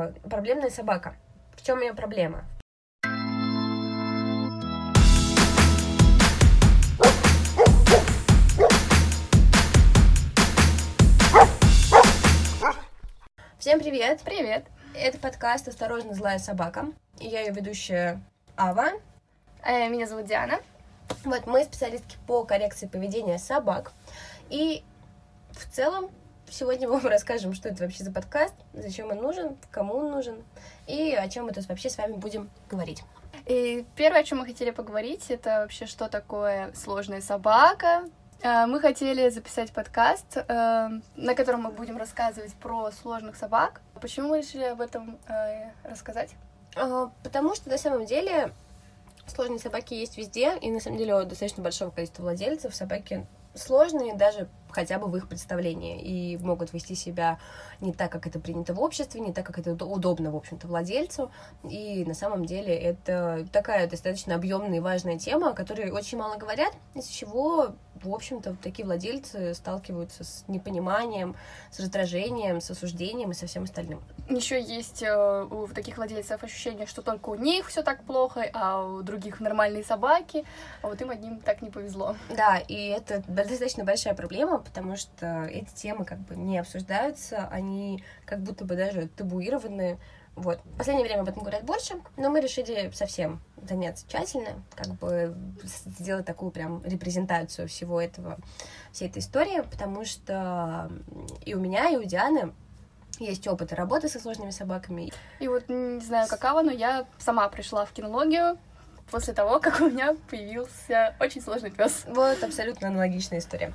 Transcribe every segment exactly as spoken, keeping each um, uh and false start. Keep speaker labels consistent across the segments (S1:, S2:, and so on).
S1: тема «Проблемная собака». В чем ее проблема? Всем привет!
S2: Привет!
S1: Это подкаст «Осторожно, злая собака». И я ее ведущая Ава.
S2: А меня зовут Диана.
S1: Вот, мы специалистки по коррекции поведения собак. И в целом сегодня мы вам расскажем, что это вообще за подкаст, зачем он нужен, кому он нужен и о чем мы тут вообще с вами будем говорить.
S2: И первое, о чем мы хотели поговорить, это вообще, что такое сложная собака. Мы хотели записать подкаст, на котором мы будем рассказывать про сложных собак. Почему мы решили об этом рассказать?
S1: Потому что на самом деле сложные собаки есть везде, и на самом деле у достаточно большого количества владельцев собаки сложные даже хотя бы в их представлении, и могут вести себя не так, как это принято в обществе, не так, как это удобно, в общем-то, владельцу. И на самом деле это такая достаточно объемная и важная тема, о которой очень мало говорят, из-за чего, в общем-то, такие владельцы сталкиваются с непониманием, с раздражением, с осуждением и со всем остальным.
S2: Еще есть э, у таких владельцев ощущение, что только у них все так плохо, а у других нормальные собаки, а вот им одним так не повезло.
S1: Да, и это достаточно большая проблема, потому что эти темы как бы не обсуждаются, они как будто бы даже табуированы. Вот. В последнее время об этом говорят больше, но мы решили совсем заняться тщательно, как бы сделать такую прям репрезентацию всего этого, всей этой истории, потому что и у меня, и у Дианы есть опыт работы со сложными собаками.
S2: И вот не знаю, как Ава, но я сама пришла в кинологию после того, как у меня появился очень сложный пес.
S1: Вот абсолютно аналогичная история.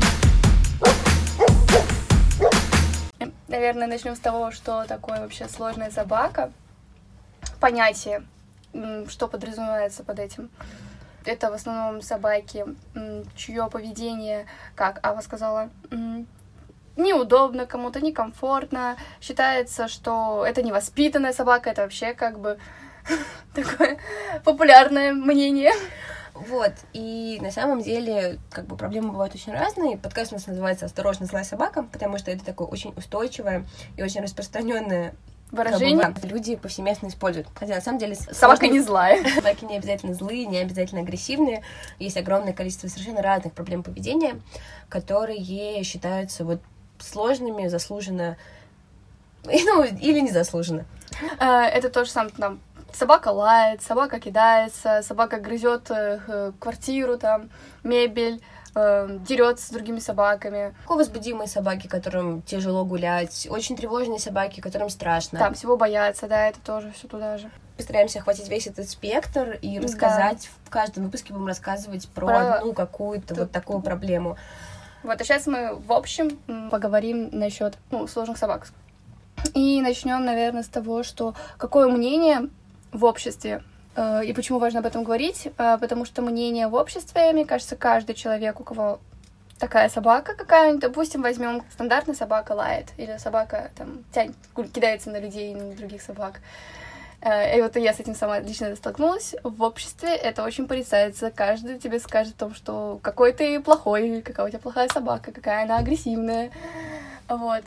S2: Наверное, начнем с того, что такое вообще сложная собака. Понятие, что подразумевается под этим. Это в основном собаки, чье поведение, как Ава сказала, неудобно, кому-то некомфортно. Считается, что это невоспитанная собака, это вообще как бы такое популярное мнение.
S1: Вот, и на самом деле, как бы, проблемы бывают очень разные. Подкаст у нас называется «Осторожно, злая собака», потому что это такое очень устойчивое и очень распространенное
S2: выражение.
S1: Как бы, люди повсеместно используют. Хотя, на самом деле...
S2: Собака
S1: сложные...
S2: не злая.
S1: Собаки не обязательно злые, не обязательно агрессивные. Есть огромное количество совершенно разных проблем поведения, которые считаются вот сложными, заслуженно, ну, или незаслуженно.
S2: Это то же самое, там, собака лает, собака кидается, собака грызет э, квартиру, там, мебель, э, дерется с другими собаками.
S1: Возбудимые собаки, которым тяжело гулять, очень тревожные собаки, которым страшно.
S2: Там всего боятся, да, это тоже все туда же.
S1: Постараемся охватить весь этот спектр и рассказать, да. В каждом выпуске будем рассказывать про, про... одну какую-то Тут... вот такую проблему. Вот,
S2: а сейчас мы, в общем, поговорим насчет ну, сложных собак. И начнем, наверное, с того, что какое мнение в обществе, э, и почему важно об этом говорить, э, потому что мнение в обществе, мне кажется, каждый человек, у кого такая собака какая-нибудь, допустим, возьмем стандартная собака лает, или собака там тянет, кидается на людей и на других собак. Э, и вот я с этим сама лично столкнулась. В обществе это очень порицается. Каждый тебе скажет о том, что какой ты плохой, какая у тебя плохая собака, какая она агрессивная. Вот.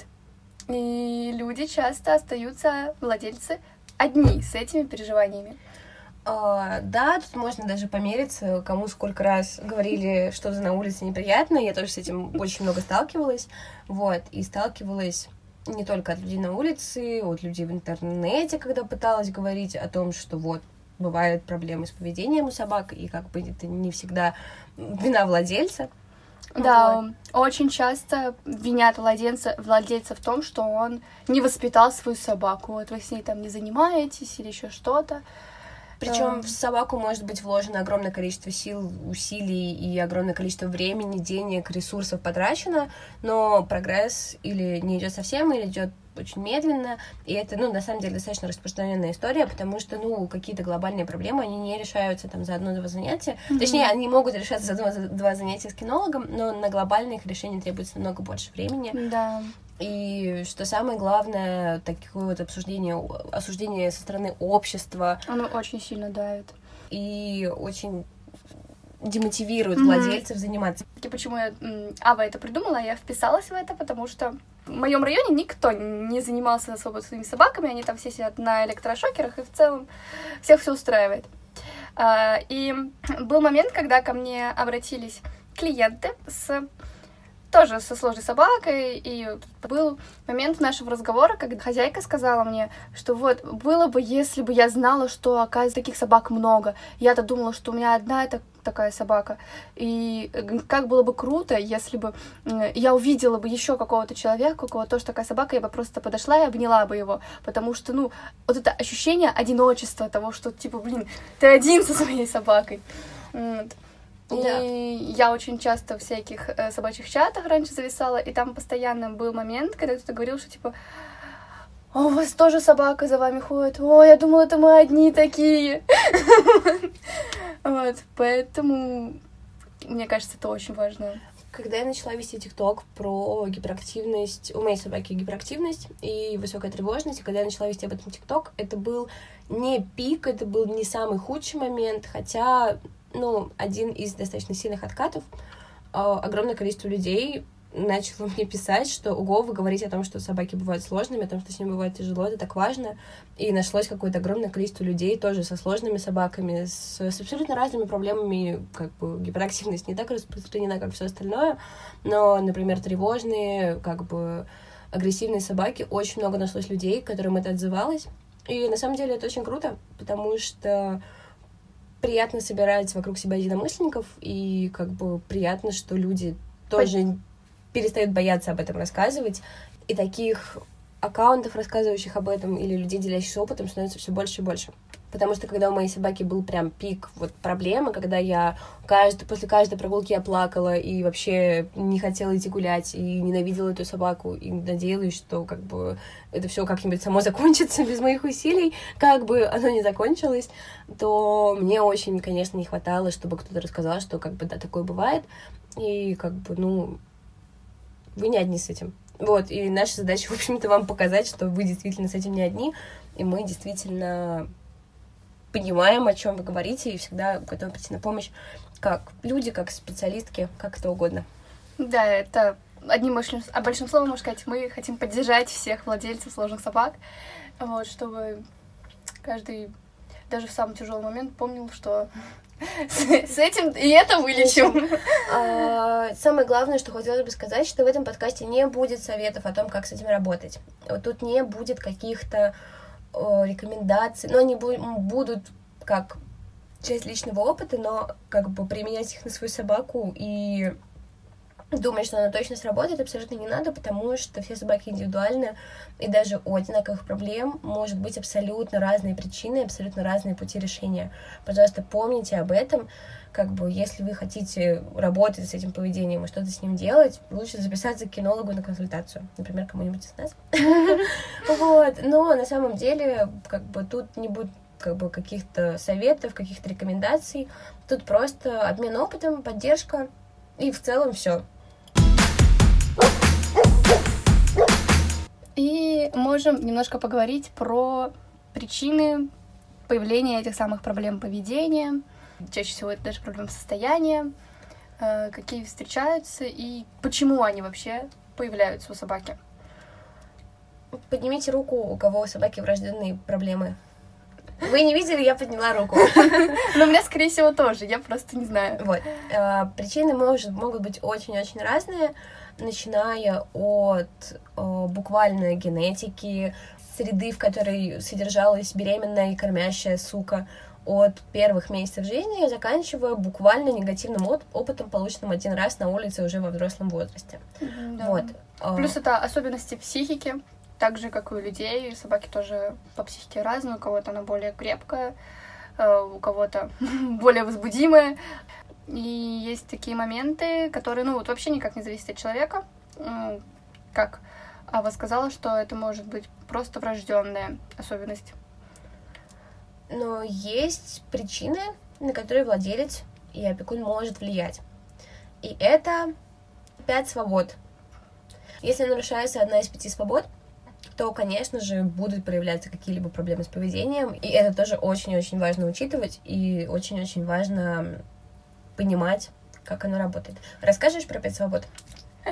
S2: И люди часто остаются, владельцы, одни с этими переживаниями.
S1: Uh, да, тут можно даже помериться, кому сколько раз говорили, что на улице неприятно. Я тоже с этим очень много сталкивалась. Вот, и сталкивалась не только от людей на улице, от людей в интернете, когда пыталась говорить о том, что вот, бывают проблемы с поведением у собак, и как бы это не всегда вина владельца.
S2: Да, вот. Очень часто винят владельца, владельца в том, что он не воспитал свою собаку. Вот вы с ней там не занимаетесь или еще что-то.
S1: Причем в собаку может быть вложено огромное количество сил, усилий и огромное количество времени, денег, ресурсов потрачено, но прогресс или не идет совсем, или идет очень медленно, и это, ну, на самом деле, достаточно распространенная история, потому что, ну, какие-то глобальные проблемы, они не решаются там за одно-два занятия, mm-hmm. точнее, они могут решаться за одно-два занятия с кинологом, но на глобальные их решения требуется намного больше времени.
S2: Да.
S1: И что самое главное, такое вот обсуждение, осуждение со стороны общества.
S2: Оно очень сильно давит.
S1: И очень демотивирует
S2: mm-hmm.
S1: владельцев заниматься.
S2: И почему я, Ава это придумала, я вписалась в это, потому что в моем районе никто не занимался особо своими собаками, они там все сидят на электрошокерах, и в целом всех все устраивает. И был момент, когда ко мне обратились клиенты с тоже со сложной собакой, и был момент нашего разговора, когда хозяйка сказала мне, что вот, было бы, если бы я знала, что, оказывается, таких собак много. Я-то думала, что у меня одна это такая собака, и как было бы круто, если бы я увидела бы еще какого-то человека, у кого тоже такая собака, я бы просто подошла и обняла бы его, потому что, ну, вот это ощущение одиночества, того, что, типа, блин, ты один со своей собакой. Вот.
S1: Да.
S2: И я очень часто в всяких э, собачьих чатах раньше зависала, и там постоянно был момент, когда кто-то говорил, что типа, о, у вас тоже собака за вами ходит, о, я думала, это мы одни такие. Вот, поэтому, мне кажется, это очень важно.
S1: Когда я начала вести ТикТок про гиперактивность, у моей собаки гиперактивность и высокая тревожность, и когда я начала вести об этом ТикТок, это был не пик, это был не самый худший момент, хотя, ну, один из достаточно сильных откатов. Огромное количество людей начало мне писать, что ого, вы говорите о том, что собаки бывают сложными, о том, что с ними бывает тяжело, это так важно. И нашлось какое-то огромное количество людей тоже со сложными собаками, с, с абсолютно разными проблемами, как бы гиперактивность не так распространена, как все остальное, но, например, тревожные, как бы агрессивные собаки, очень много нашлось людей, к которым это отзывалось. И на самом деле это очень круто, потому что приятно собирать вокруг себя единомышленников, и как бы приятно, что люди тоже перестают бояться об этом рассказывать, и таких аккаунтов, рассказывающих об этом, или людей, делящихся опытом, становится все больше и больше. Потому что когда у моей собаки был прям пик вот проблемы, когда я каждый, после каждой прогулки я плакала и вообще не хотела идти гулять, и ненавидела эту собаку, и надеялась, что как бы это все как-нибудь само закончится без моих усилий, как бы оно ни закончилось, то мне очень, конечно, не хватало, чтобы кто-то рассказал, что как бы да, такое бывает, и как бы, ну, вы не одни с этим. Вот, и наша задача, в общем-то, вам показать, что вы действительно с этим не одни, и мы действительно понимаем, о чем вы говорите, и всегда готовы прийти на помощь как люди, как специалистки, как это угодно.
S2: Да, это одним большим, а большим словом, можно сказать, мы хотим поддержать всех владельцев сложных собак, вот, чтобы каждый даже в самый тяжелый момент помнил, что с этим и это вылечим.
S1: А, самое главное, что хотелось бы сказать, что в этом подкасте не будет советов о том, как с этим работать. Вот тут не будет каких-то о, рекомендаций, но они бу- будут как часть личного опыта, но как бы применять их на свою собаку и думать, что она точно сработает, абсолютно не надо, потому что все собаки индивидуальны, и даже у одинаковых проблем может быть абсолютно разные причины, абсолютно разные пути решения. Пожалуйста, помните об этом. Как бы, если вы хотите работать с этим поведением и что-то с ним делать, лучше записаться к кинологу на консультацию, например, кому-нибудь из нас. Вот. Но на самом деле, как бы, тут не будет как бы каких-то советов, каких-то рекомендаций. Тут просто обмен опытом, поддержка, и в целом все.
S2: И можем немножко поговорить про причины появления этих самых проблем поведения. Чаще всего это даже проблемы состояния, какие встречаются и почему они вообще появляются у собаки.
S1: Поднимите руку, у кого у собаки врожденные проблемы. Вы не видели, я подняла руку.
S2: Но у меня, скорее всего, тоже, я просто не знаю.
S1: Вот. Причины может, могут быть очень-очень разные, начиная от буквально генетики, среды, в которой содержалась беременная и кормящая сука, от первых месяцев жизни, заканчивая буквально негативным опытом, полученным один раз на улице уже во взрослом возрасте.
S2: Да.
S1: Вот.
S2: Плюс это особенности психики. Так же, как и у людей, собаки тоже по психике разные, у кого-то она более крепкая, у кого-то более возбудимая. И есть такие моменты, которые, ну, вот вообще никак не зависят от человека. Как Ава сказала, что это может быть просто врожденная особенность.
S1: Но есть причины, на которые владелец и опекун может влиять. И это пять свобод. Если нарушается одна из пяти свобод, то, конечно же, будут проявляться какие-либо проблемы с поведением, и это тоже очень-очень важно учитывать, и очень-очень важно понимать, как оно работает. Расскажешь про пять свобод?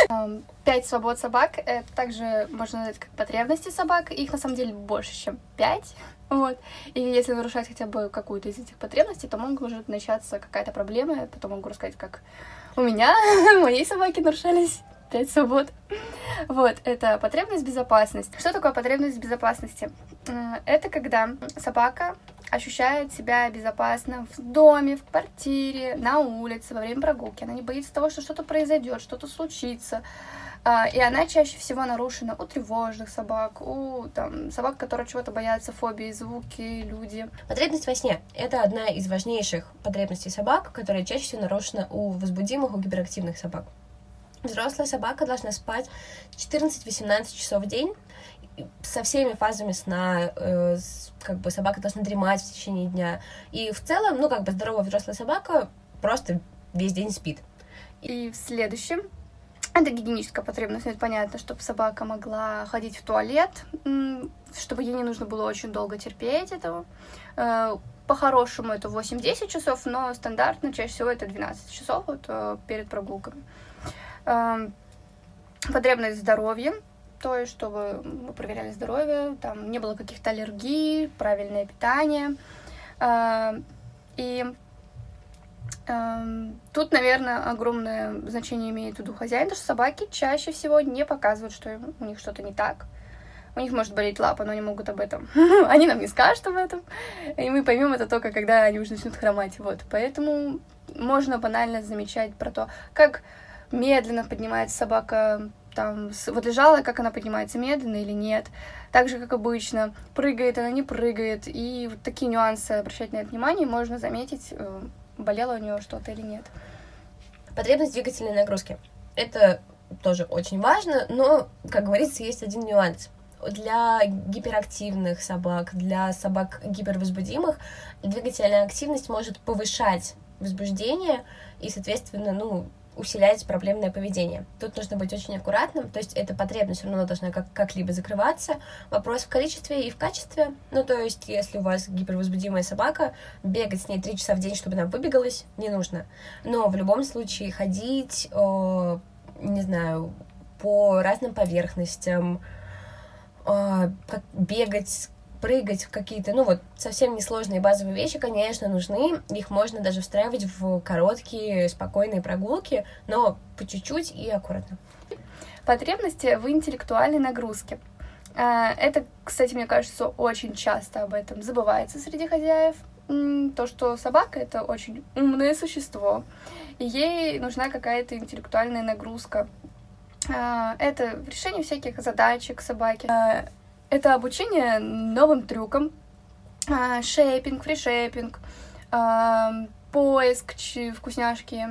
S2: Пять свобод собак — это также можно назвать как потребности собак. Их на самом деле больше, чем пять. Вот. И если нарушать хотя бы какую-то из этих потребностей, то может начаться какая-то проблема. Я потом могу рассказать, как у меня, у моей собаки нарушались пять свобод. Вот, это потребность безопасности. Что такое потребность безопасности? Это когда собака ощущает себя безопасно в доме, в квартире, на улице, во время прогулки. Она не боится того, что что-то произойдет, что-то случится. И она чаще всего нарушена у тревожных собак, у там, собак, которые чего-то боятся, фобии, звуки, люди.
S1: Потребность во сне — это одна из важнейших потребностей собак, которая чаще всего нарушена у возбудимых, у гиперактивных собак. Взрослая собака должна спать четырнадцать-восемнадцать часов в день, со всеми фазами сна, э, с, как бы собака должна дремать в течение дня. И в целом, ну, как бы здоровая взрослая собака просто весь день спит.
S2: И в следующем, это гигиеническая потребность, это понятно, чтобы собака могла ходить в туалет, чтобы ей не нужно было очень долго терпеть этого. По-хорошему это восемь-десять часов, но стандартно чаще всего это двенадцать часов вот, перед прогулками. Потребность здоровья, то есть чтобы мы проверяли здоровье, там не было каких-то аллергий, правильное питание. И тут, наверное, огромное значение имеет в виду хозяин, потому что собаки чаще всего не показывают, что у них что-то не так. У них может болеть лапа, но они могут об этом. Они нам не скажут об этом. И мы поймем это только, когда они уже начнут хромать. Вот. Поэтому можно банально замечать про то, как медленно поднимается собака. Там, вот лежала, как она поднимается, медленно или нет. Так же, как обычно, прыгает она, не прыгает. И вот такие нюансы, обращать на это внимание, можно заметить, болело у нее что-то или нет.
S1: Потребность двигательной нагрузки. Это тоже очень важно, но, как говорится, есть один нюанс. Для гиперактивных собак, для собак гипервозбудимых двигательная активность может повышать возбуждение и, соответственно, ну, усилять проблемное поведение. Тут нужно быть очень аккуратным, то есть эта потребность все равно должна как- как-либо закрываться. Вопрос в количестве и в качестве. Ну, то есть, если у вас гипервозбудимая собака, бегать с ней три часа в день, чтобы она выбегалась, не нужно. Но в любом случае ходить, э, не знаю, по разным поверхностям, э, как бегать, прыгать в какие-то, ну вот, совсем несложные базовые вещи, конечно, нужны. Их можно даже встраивать в короткие, спокойные прогулки, но по чуть-чуть и аккуратно.
S2: Потребности в интеллектуальной нагрузке. Это, кстати, мне кажется, очень часто об этом забывается среди хозяев. То, что собака — это очень умное существо, и ей нужна какая-то интеллектуальная нагрузка. Это решение всяких задачек собаки. Это обучение новым трюкам, шейпинг, фришейпинг, поиск вкусняшки,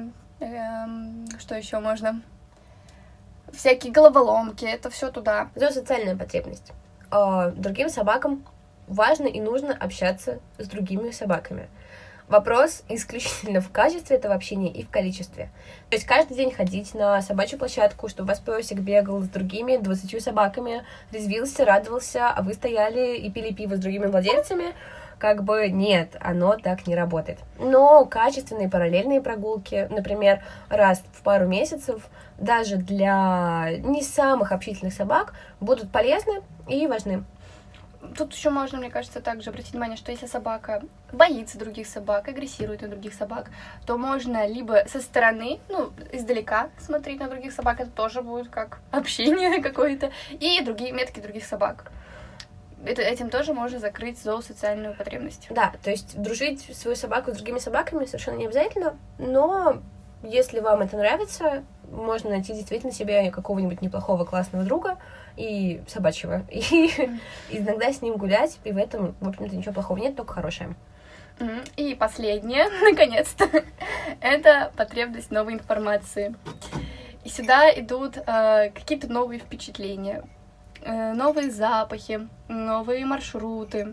S2: что еще можно, всякие головоломки, это все туда.
S1: Это социальная потребность. Другим собакам важно и нужно общаться с другими собаками. Вопрос исключительно в качестве этого общения и в количестве. То есть каждый день ходить на собачью площадку, чтобы ваш песик бегал с другими двадцатью собаками, резвился, радовался, а вы стояли и пили пиво с другими владельцами, как бы нет, оно так не работает. Но качественные параллельные прогулки, например, раз в пару месяцев, даже для не самых общительных собак, будут полезны и важны.
S2: Тут еще можно, мне кажется, также обратить внимание, что если собака боится других собак, агрессирует на других собак, то можно либо со стороны, ну, издалека смотреть на других собак, это тоже будет как общение какое-то, и другие метки других собак. Это, этим тоже можно закрыть зоосоциальную потребность.
S1: Да, то есть дружить свою собаку с другими собаками совершенно не обязательно, но если вам это нравится, можно найти действительно себе какого-нибудь неплохого классного друга и собачьего, и иногда с ним гулять, и в этом, в общем-то, ничего плохого нет, только хорошее.
S2: И последнее, наконец-то, это потребность новой информации. И сюда идут э, какие-то новые впечатления, э, новые запахи, новые маршруты.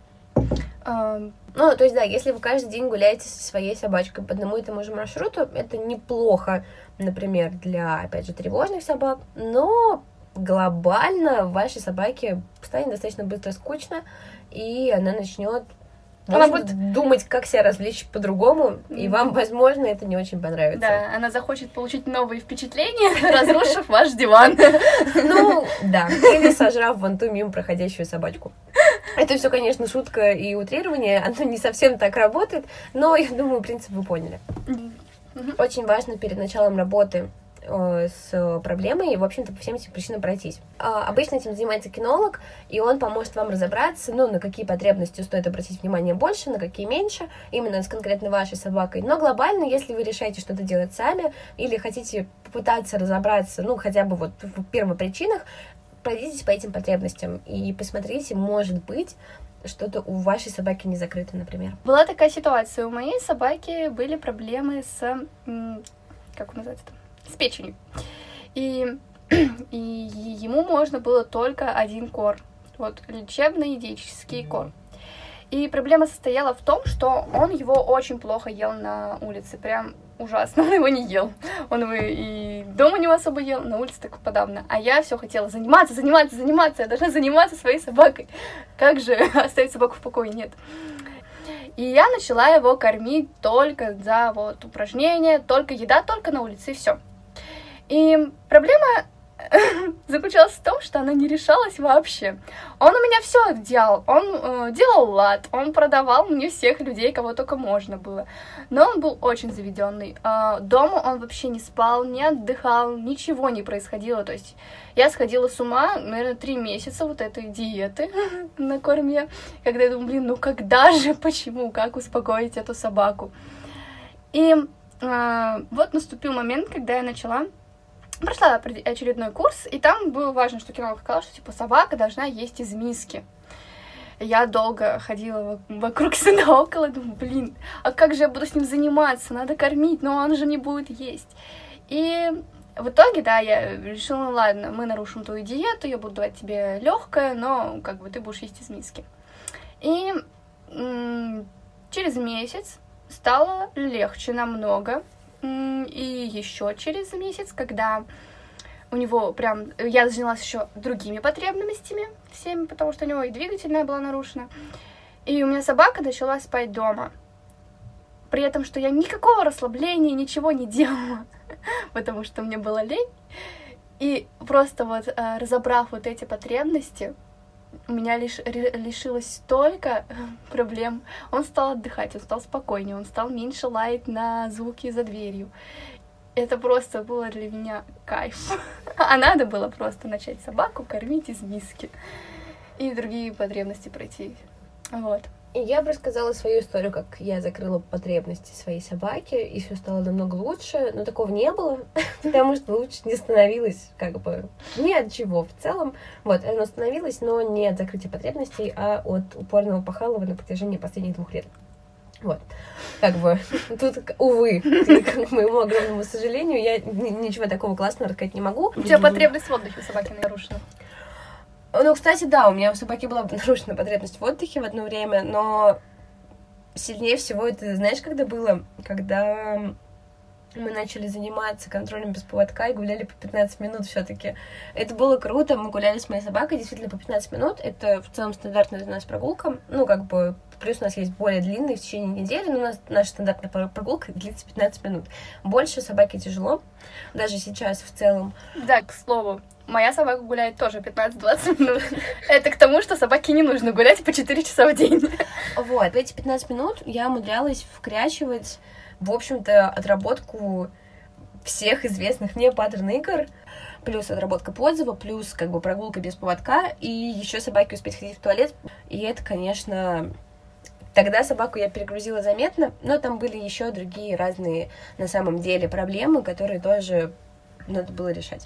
S1: Э, ну, то есть, да, если вы каждый день гуляете со своей собачкой по одному и тому же маршруту, это неплохо, например, для, опять же, тревожных собак, но глобально вашей собаке станет достаточно быстро скучно, и она начнет Она будет думать, как себя развлечь по-другому, и вам, возможно, это не очень понравится.
S2: Да, она захочет получить новые впечатления, разрушив ваш диван.
S1: Ну, да, или сожрав вон ту мимо проходящую собачку. Это все, конечно, шутка и утрирование, оно не совсем так работает, но, я думаю, принцип вы поняли. Очень важно перед началом работы с проблемой и, в общем-то, по всем этим причинам пройтись. Обычно этим занимается кинолог, и он поможет вам разобраться, ну, на какие потребности стоит обратить внимание больше, на какие меньше, именно с конкретно вашей собакой. Но глобально, если вы решаете что-то делать сами или хотите попытаться разобраться, ну, хотя бы вот в первопричинах, пройдитесь по этим потребностям и посмотрите, может быть, что-то у вашей собаки не закрыто, например.
S2: Была такая ситуация. У моей собаки были проблемы с... Как он называется-то? С печенью. И, и ему можно было только один корм. Вот, лечебный диетический корм. И проблема состояла в том, что он его очень плохо ел на улице. Прям ужасно. Он его не ел. Он его и дома не особо ел, на улице так подавно. А я все хотела заниматься, заниматься, заниматься. Я должна заниматься своей собакой. Как же оставить собаку в покое? Нет. И я начала его кормить только за вот упражнения, только еда, только на улице, и все. И проблема заключалась в том, что она не решалась вообще. Он у меня все делал. Он э, делал лад, он продавал мне всех людей, кого только можно было. Но он был очень заведенный. Э, дома он вообще не спал, не отдыхал, ничего не происходило. То есть я сходила с ума, наверное, три месяца вот этой диеты на корме, когда я думаю, блин, ну когда же, почему, как успокоить эту собаку? И э, вот наступил момент, когда я начала прошла очередной курс, и там было важно, что кинолог сказал, что, типа, собака должна есть из миски. Я долго ходила вокруг сюда около, думаю, блин, а как же я буду с ним заниматься? Надо кормить, но он же не будет есть. И в итоге, да, я решила, ну ладно, мы нарушим твою диету, я буду давать тебе легкое, но, как бы, ты будешь есть из миски. И м- через месяц стало легче намного. И еще через месяц, когда у него прям... Я занялась еще другими потребностями всеми, потому что у него и двигательная была нарушена. И у меня собака начала спать дома. При этом, что я никакого расслабления, ничего не делала, потому что мне было лень. И просто вот разобрав вот эти потребности, у меня лиш, лишилось столько проблем. Он стал отдыхать, он стал спокойнее, он стал меньше лаять на звуки за дверью. Это просто было для меня кайф. А надо было просто начать собаку кормить из миски. И другие потребности пройти. Вот.
S1: И я бы рассказала свою историю, как я закрыла потребности своей собаки, и все стало намного лучше, но такого не было, потому что лучше не становилось, как бы, ни от чего в целом. Вот, оно становилось, но не от закрытия потребностей, а от упорного пахалова на протяжении последних двух лет. Вот, как бы, тут, увы, к моему огромному сожалению, я ничего такого классного рассказать не могу.
S2: У тебя потребность в отдыхе у собаки нарушена.
S1: Ну, кстати, да, у меня у собаки была нарушена потребность в отдыхе в одно время, но сильнее всего это, знаешь, когда было? Когда мы начали заниматься контролем без поводка и гуляли по пятнадцать минут все-таки. Это было круто, мы гуляли с моей собакой действительно по пятнадцать минут, это в целом стандартная для нас прогулка, ну, как бы, плюс у нас есть более длинные в течение недели, но у нас наша стандартная прогулка длится пятнадцать минут. Больше собаке тяжело, даже сейчас в целом.
S2: Да, к слову, моя собака гуляет тоже пятнадцать-двадцать минут. Это к тому, что собаке не нужно гулять по четыре часа в день.
S1: Вот, в эти пятнадцать минут я умудрялась вкрячивать, в общем-то, отработку всех известных мне паттерн игр, плюс отработка подзыва, плюс, как бы, прогулка без поводка, и еще собаке успеть ходить в туалет. И это, конечно... Тогда собаку я перегрузила заметно, но там были еще другие разные, на самом деле, проблемы, которые тоже надо было решать.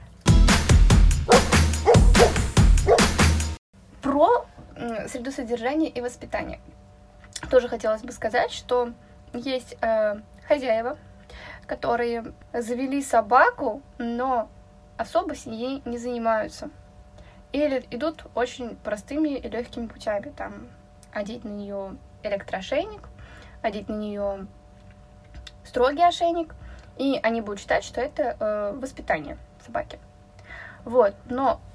S2: Про среду содержания и воспитания. Тоже хотелось бы сказать, что есть э, хозяева, которые завели собаку, но особо с ней не занимаются. Или идут очень простыми и легкими путями. Там одеть на нее электроошейник, одеть на нее строгий ошейник, и они будут считать, что это э, воспитание собаки. Вот. Но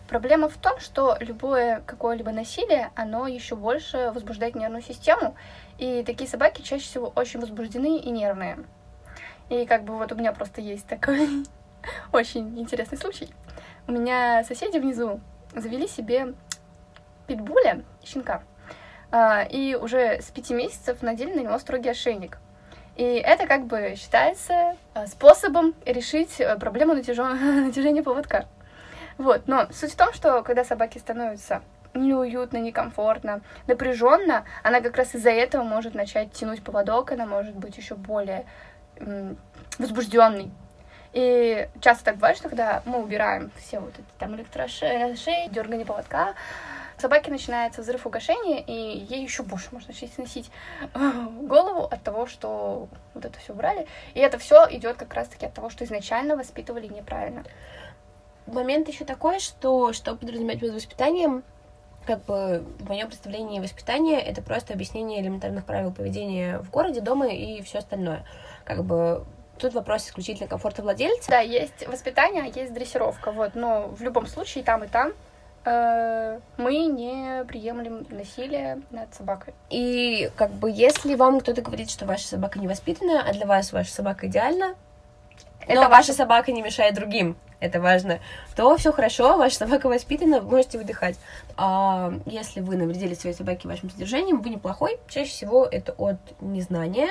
S2: Проблема в том, что любое какое-либо насилие, оно еще больше возбуждает нервную систему, и такие собаки чаще всего очень возбуждены и нервные. И как бы вот у меня просто есть такой очень интересный случай. У меня соседи внизу завели себе питбуля, щенка, и уже с пяти месяцев надели на него строгий ошейник. И это как бы считается способом решить проблему натяжения поводка. Вот, но суть в том, что когда собаке становится неуютно, некомфортно, напряженно, она как раз из-за этого может начать тянуть поводок, она может быть еще более м- возбужденной. И часто так бывает, что когда мы убираем все вот эти там электрошеи, дергание поводка, собаке начинается взрыв угошения, и ей еще больше можно начать сносить голову от того, что вот это все убрали. И это все идет как раз-таки от того, что изначально воспитывали неправильно.
S1: Момент еще такой, что что подразумевать под воспитанием, как бы в моем представлении воспитание это просто объяснение элементарных правил поведения в городе, дома и все остальное. Как бы тут вопрос исключительно комфорта владельца.
S2: Да, есть воспитание, а есть дрессировка, вот, но в любом случае там и там э, мы не приемлем насилие над собакой.
S1: И как бы если вам кто-то говорит, что ваша собака невоспитанная, а для вас ваша собака идеальна, это но ваша собака не мешает другим, это важно, то все хорошо, ваша собака воспитана, можете выдыхать. А если вы навредили своей собаке вашим содержанием, вы неплохой, чаще всего это от незнания.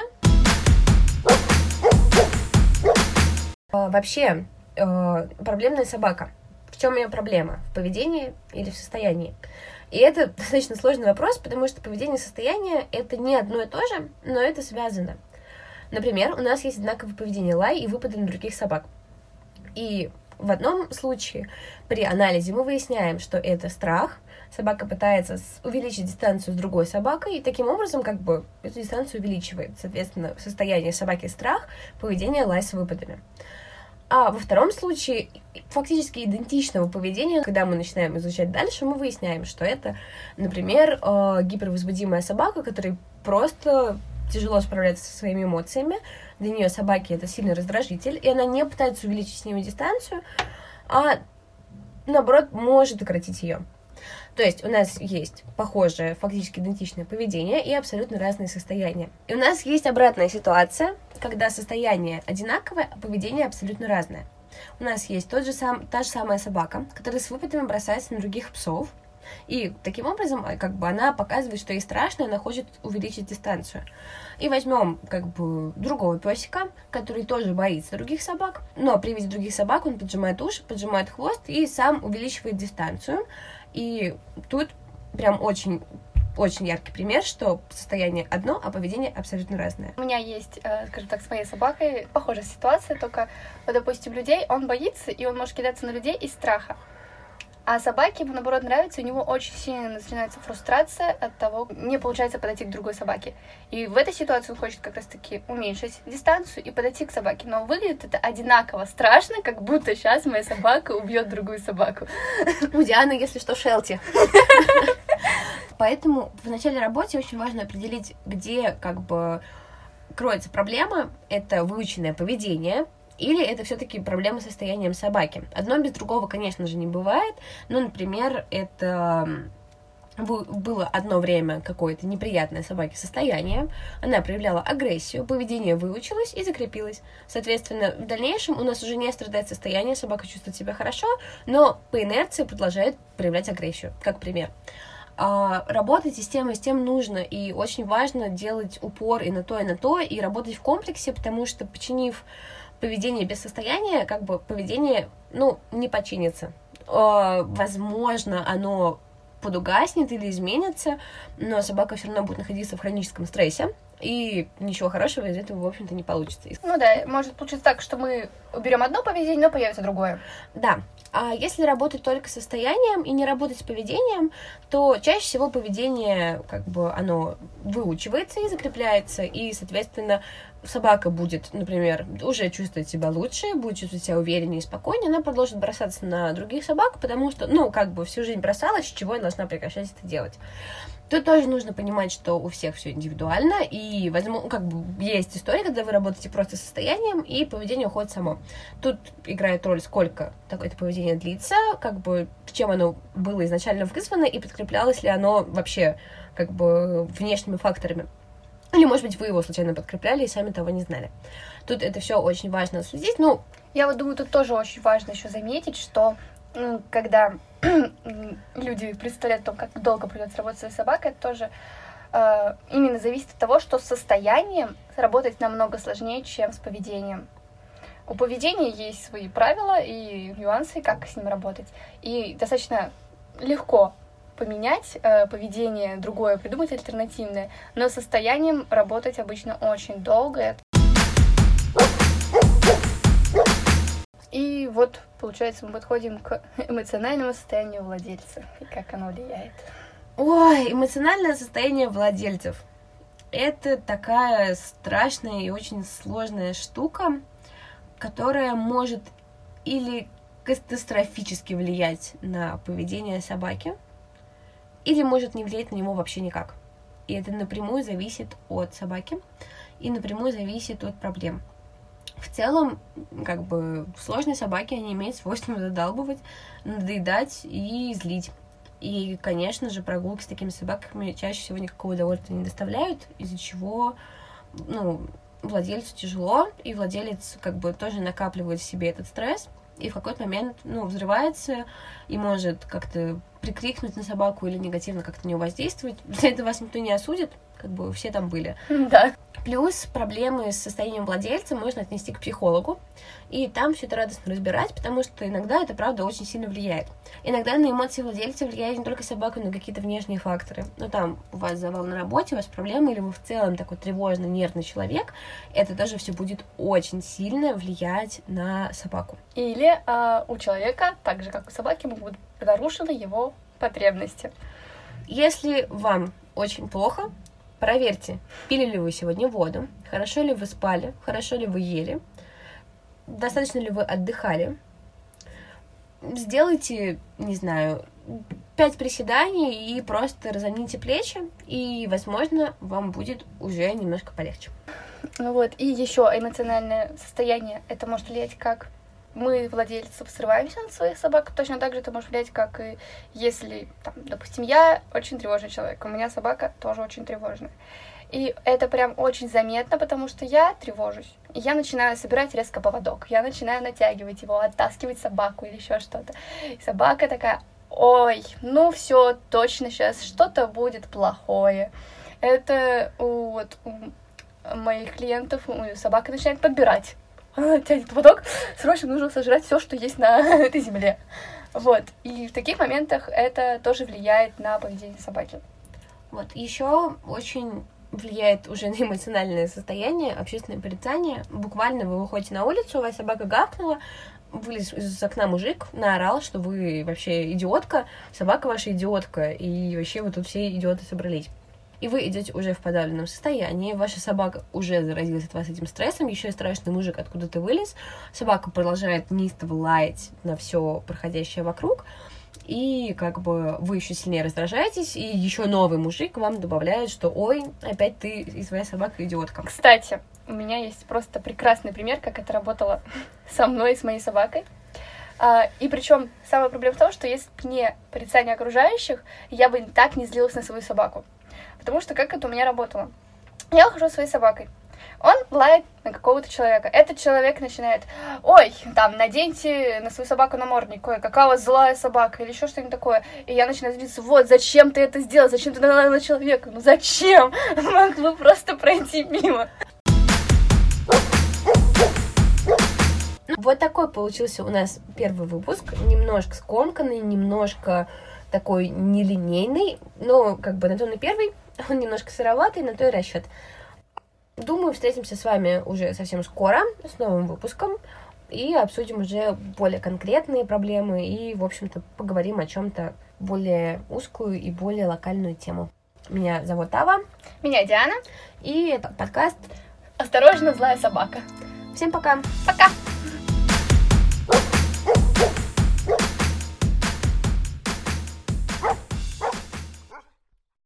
S1: А, вообще, э, проблемная собака. В чем ее проблема? В поведении или в состоянии? И это достаточно сложный вопрос, потому что поведение и состояние это не одно и то же, но это связано. Например, у нас есть одинаковое поведение лай и выпады на других собак. И в одном случае при анализе мы выясняем, что это страх. Собака пытается увеличить дистанцию с другой собакой, и таким образом как бы эту дистанцию увеличивает. Соответственно, состояние собаки страх, поведение лай с выпадами. А во втором случае фактически идентичного поведения, когда мы начинаем изучать дальше, мы выясняем, что это, например, гипервозбудимая собака, которая просто тяжело справляться со своими эмоциями. Для нее собаки это сильный раздражитель, и она не пытается увеличить с ними дистанцию, а наоборот может укротить ее. То есть у нас есть похожее, фактически идентичное поведение и абсолютно разные состояния. И у нас есть обратная ситуация, когда состояние одинаковое, а поведение абсолютно разное. У нас есть тот же сам, та же самая собака, которая с выпадами бросается на других псов, и таким образом, как бы, она показывает, что ей страшно, она хочет увеличить дистанцию. И возьмем, как бы, другого песика, который тоже боится других собак, но при виде других собак он поджимает уши, поджимает хвост и сам увеличивает дистанцию. И тут прям очень, очень яркий пример, что состояние одно, а поведение абсолютно разное.
S2: У меня есть, скажем так, с моей собакой похожая ситуация, только, вот, допустим, людей он боится, и он может кидаться на людей из страха. А собаке ему, наоборот, нравится, у него очень сильно начинается фрустрация от того, не получается подойти к другой собаке. И в этой ситуации он хочет как раз-таки уменьшить дистанцию и подойти к собаке. Но выглядит это одинаково страшно, как будто сейчас моя собака убьет другую собаку.
S1: У Дианы, если что, Шелти. Поэтому в начале работы очень важно определить, где как бы кроется проблема. Это выученное поведение, или это все-таки проблема с состоянием собаки. Одно без другого, конечно же, не бывает. Но, например, это было одно время какое-то неприятное собаке состояние. Она проявляла агрессию, поведение выучилось и закрепилось. Соответственно, в дальнейшем у нас уже не страдает состояние, собака чувствует себя хорошо, но по инерции продолжает проявлять агрессию, как пример. А работать и с тем, и с тем нужно, и очень важно делать упор и на то, и на то, и работать в комплексе, потому что, починив поведение без состояния, как бы поведение, ну, не починится. Э, возможно, оно подугаснет или изменится, но собака все равно будет находиться в хроническом стрессе, и ничего хорошего из этого, в общем-то, не получится.
S2: Ну да, может получиться так, что мы уберем одно поведение, но появится другое.
S1: Да. А если работать только с состоянием и не работать с поведением, то чаще всего поведение, как бы, оно выучивается и закрепляется, и, соответственно, собака будет, например, уже чувствовать себя лучше, будет чувствовать себя увереннее и спокойнее, она продолжит бросаться на других собак, потому что, ну, как бы всю жизнь бросалась, с чего она должна прекращать это делать. Тут тоже нужно понимать, что у всех все индивидуально, и, возможно, как бы есть история, когда вы работаете просто с состоянием, и поведение уходит само. Тут играет роль, сколько это поведение длится, как бы, чем оно было изначально вызвано, и подкреплялось ли оно вообще, как бы, внешними факторами. Или, может быть, вы его случайно подкрепляли и сами того не знали. Тут это все очень важно отследить. Ну,
S2: я вот думаю, тут тоже очень важно еще заметить, что ну, когда люди представляют о том, как долго придется работать со своей собакой, это тоже э, именно зависит от того, что с состоянием работать намного сложнее, чем с поведением. У поведения есть свои правила и нюансы, как с ним работать. И достаточно легко поменять э, поведение другое, придумать альтернативное, но с состоянием работать обычно очень долго. И вот, получается, мы подходим к эмоциональному состоянию владельца и как оно влияет.
S1: Ой, эмоциональное состояние владельцев. Это такая страшная и очень сложная штука, которая может или катастрофически влиять на поведение собаки, или может не влиять на него вообще никак. И это напрямую зависит от собаки и напрямую зависит от проблем. В целом, как бы, сложные собаки, они имеют свойство задалбывать, надоедать и злить. И, конечно же, прогулки с такими собаками чаще всего никакого удовольствия не доставляют, из-за чего, ну, владельцу тяжело, и владелец, как бы, тоже накапливает в себе этот стресс, и в какой-то момент, ну, взрывается и может как-то прикрикнуть на собаку или негативно как-то на нее воздействовать. За это вас никто не осудит, как бы все там были.
S2: Да.
S1: Плюс проблемы с состоянием владельца можно отнести к психологу, и там все это радостно разбирать, потому что иногда это, правда, очень сильно влияет. Иногда на эмоции владельца влияет не только собака, но и какие-то внешние факторы. Ну, там у вас завал на работе, у вас проблемы, или вы в целом такой тревожный, нервный человек, это тоже все будет очень сильно влиять на собаку.
S2: Или а, у человека, так же, как у собаки, могут быть нарушены его потребности.
S1: Если вам очень плохо, проверьте, пили ли вы сегодня воду, хорошо ли вы спали, хорошо ли вы ели, достаточно ли вы отдыхали. Сделайте, не знаю, пять приседаний и просто разомните плечи, и, возможно, вам будет уже немножко полегче.
S2: Ну вот, и еще эмоциональное состояние. Это может влиять как мы, владельцы, срываемся на своих собак, точно так же это может влиять, как и если, там, допустим, я очень тревожный человек, у меня собака тоже очень тревожная. И это прям очень заметно, потому что я тревожусь. И я начинаю собирать резко поводок, я начинаю натягивать его, оттаскивать собаку или еще что-то. И собака такая: ой, ну все, точно сейчас что-то будет плохое. Это у, вот, у моих клиентов у собака начинает подбирать. Она тянет поводок, срочно нужно сожрать все, что есть на этой земле. Вот. И в таких моментах это тоже влияет на поведение собаки.
S1: Вот. Еще очень влияет уже на эмоциональное состояние, общественное порицание. Буквально вы выходите на улицу, у вас собака гавкнула, вылез из окна мужик, наорал, что вы вообще идиотка, собака ваша идиотка, и вообще вы тут все идиоты собрались. И вы идете уже в подавленном состоянии, ваша собака уже заразилась от вас этим стрессом, еще и страшный мужик откуда-то вылез, собака продолжает неистово лаять на все проходящее вокруг, и как бы вы еще сильнее раздражаетесь, и еще новый мужик вам добавляет, что ой, опять ты и твоя собака идиотка.
S2: Кстати, у меня есть просто прекрасный пример, как это работало со мной и с моей собакой. И причем самая проблема в том, что если бы не порицание окружающих, я бы так не злилась на свою собаку. Потому что как это у меня работало? Я ухожу со своей собакой. Он лает на какого-то человека. Этот человек начинает: ой, там, наденьте на свою собаку намордник, ой, какая у вас злая собака, или еще что-нибудь такое. И я начинаю злиться: вот, зачем ты это сделал, зачем ты налаял на человека, ну зачем? Мог бы просто пройти мимо.
S1: Вот такой получился у нас первый выпуск, немножко скомканный, немножко такой нелинейный, но как бы на то на первый, он немножко сыроватый, на то и расчет. Думаю, встретимся с вами уже совсем скоро с новым выпуском и обсудим уже более конкретные проблемы и, в общем-то, поговорим о чем-то более узкую и более локальную тему. Меня зовут Ава.
S2: Меня Диана.
S1: И это подкаст
S2: «Осторожно, злая собака».
S1: Всем пока.
S2: Пока.